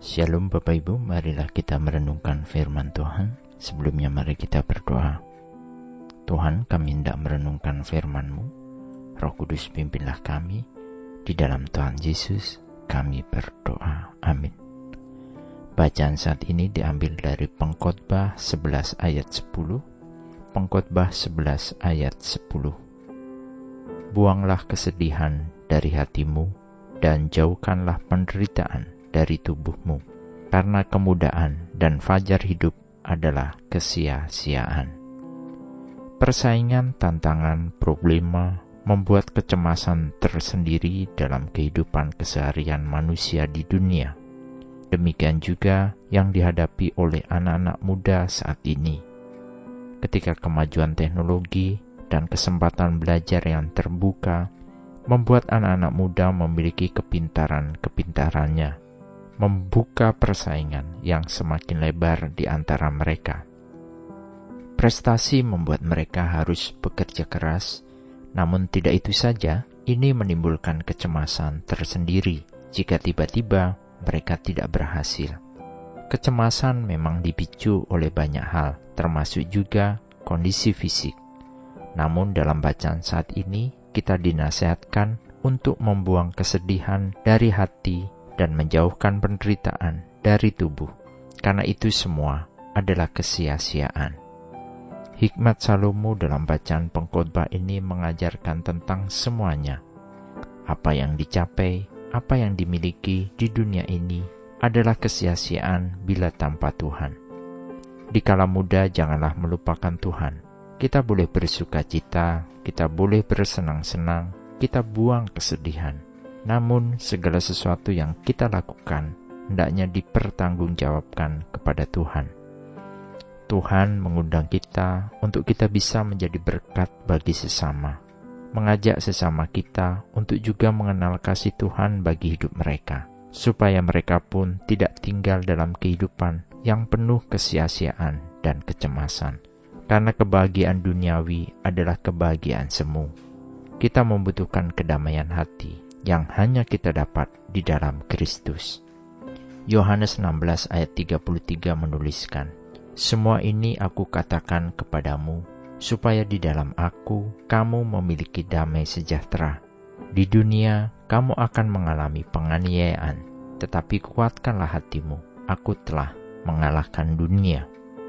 Shalom Bapak Ibu, marilah kita merenungkan firman Tuhan. Sebelumnya mari kita berdoa. Tuhan, kami hendak merenungkan firman-Mu. Roh Kudus pimpinlah kami. Di dalam Tuhan Yesus kami berdoa. Amin. Bacaan saat ini diambil dari Pengkhotbah 11 ayat 10. Pengkhotbah 11 ayat 10. Buanglah kesedihan dari hatimu dan jauhkanlah penderitaan dari tubuhmu, karena kemudahan dan fajar hidup adalah kesia-siaan. Persaingan, tantangan, problema membuat kecemasan tersendiri dalam kehidupan keseharian manusia di dunia. Demikian juga yang dihadapi oleh anak-anak muda saat ini. Ketika kemajuan teknologi dan kesempatan belajar yang terbuka membuat anak-anak muda memiliki kepintaran-kepintarannya, membuka persaingan yang semakin lebar di antara mereka. Prestasi membuat mereka harus bekerja keras, namun tidak itu saja, ini menimbulkan kecemasan tersendiri jika tiba-tiba mereka tidak berhasil. Kecemasan memang dipicu oleh banyak hal, termasuk juga kondisi fisik. Namun dalam bacaan saat ini, kita dinasihatkan untuk membuang kesedihan dari hati dan menjauhkan penderitaan dari tubuh, karena itu semua adalah kesia-siaan. Hikmat Salomo dalam bacaan pengkhotbah ini mengajarkan tentang semuanya. Apa yang dicapai, apa yang dimiliki di dunia ini adalah kesia-siaan bila tanpa Tuhan. Dikala muda janganlah melupakan Tuhan. Kita boleh bersuka cita, kita boleh bersenang-senang, kita buang kesedihan. Namun segala sesuatu yang kita lakukan hendaknya dipertanggungjawabkan kepada Tuhan. Tuhan mengundang kita untuk kita bisa menjadi berkat bagi sesama, mengajak sesama kita untuk juga mengenal kasih Tuhan bagi hidup mereka, supaya mereka pun tidak tinggal dalam kehidupan yang penuh kesia-siaan dan kecemasan. Karena kebahagiaan duniawi adalah kebahagiaan semu. Kita membutuhkan kedamaian hati yang hanya kita dapat di dalam Kristus. Yohanes 16 ayat 33 menuliskan, "Semua ini aku katakan kepadamu, supaya di dalam aku kamu memiliki damai sejahtera. Di dunia kamu akan mengalami penganiayaan, tetapi kuatkanlah hatimu, aku telah mengalahkan dunia."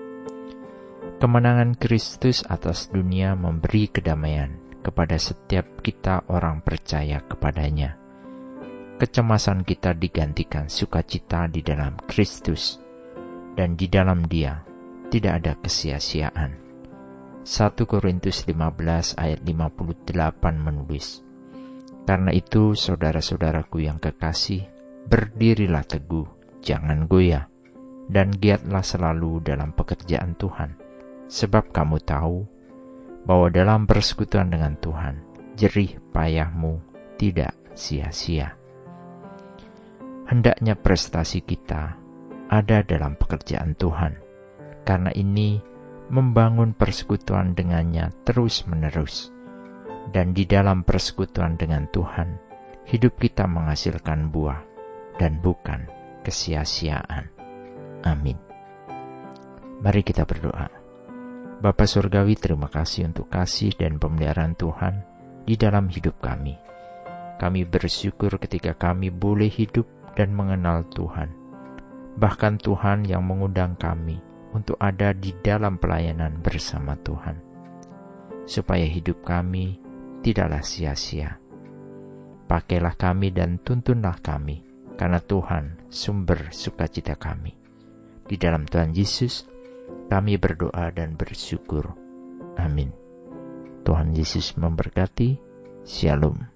Kemenangan Kristus atas dunia memberi kedamaian kepada setiap kita orang percaya kepadanya. Kecemasan kita digantikan sukacita di dalam Kristus, dan di dalam Dia tidak ada kesia-siaan. 1 Korintus 15 ayat 58 menulis, "Karena itu saudara-saudaraku yang kekasih, berdirilah teguh, jangan goyah, dan giatlah selalu dalam pekerjaan Tuhan, sebab kamu tahu bahwa dalam persekutuan dengan Tuhan, jerih payahmu tidak sia-sia." Hendaknya prestasi kita ada dalam pekerjaan Tuhan, karena ini membangun persekutuan dengannya terus-menerus. Dan di dalam persekutuan dengan Tuhan, hidup kita menghasilkan buah dan bukan kesia-siaan. Amin. Mari kita berdoa. Bapa Surgawi, terima kasih untuk kasih dan pemeliharaan Tuhan di dalam hidup kami. Kami bersyukur ketika kami boleh hidup dan mengenal Tuhan. Bahkan Tuhan yang mengundang kami untuk ada di dalam pelayanan bersama Tuhan, supaya hidup kami tidaklah sia-sia. Pakailah kami dan tuntunlah kami, karena Tuhan sumber sukacita kami. Di dalam Tuhan Yesus kami berdoa dan bersyukur. Amin. Tuhan Yesus memberkati. Shalom.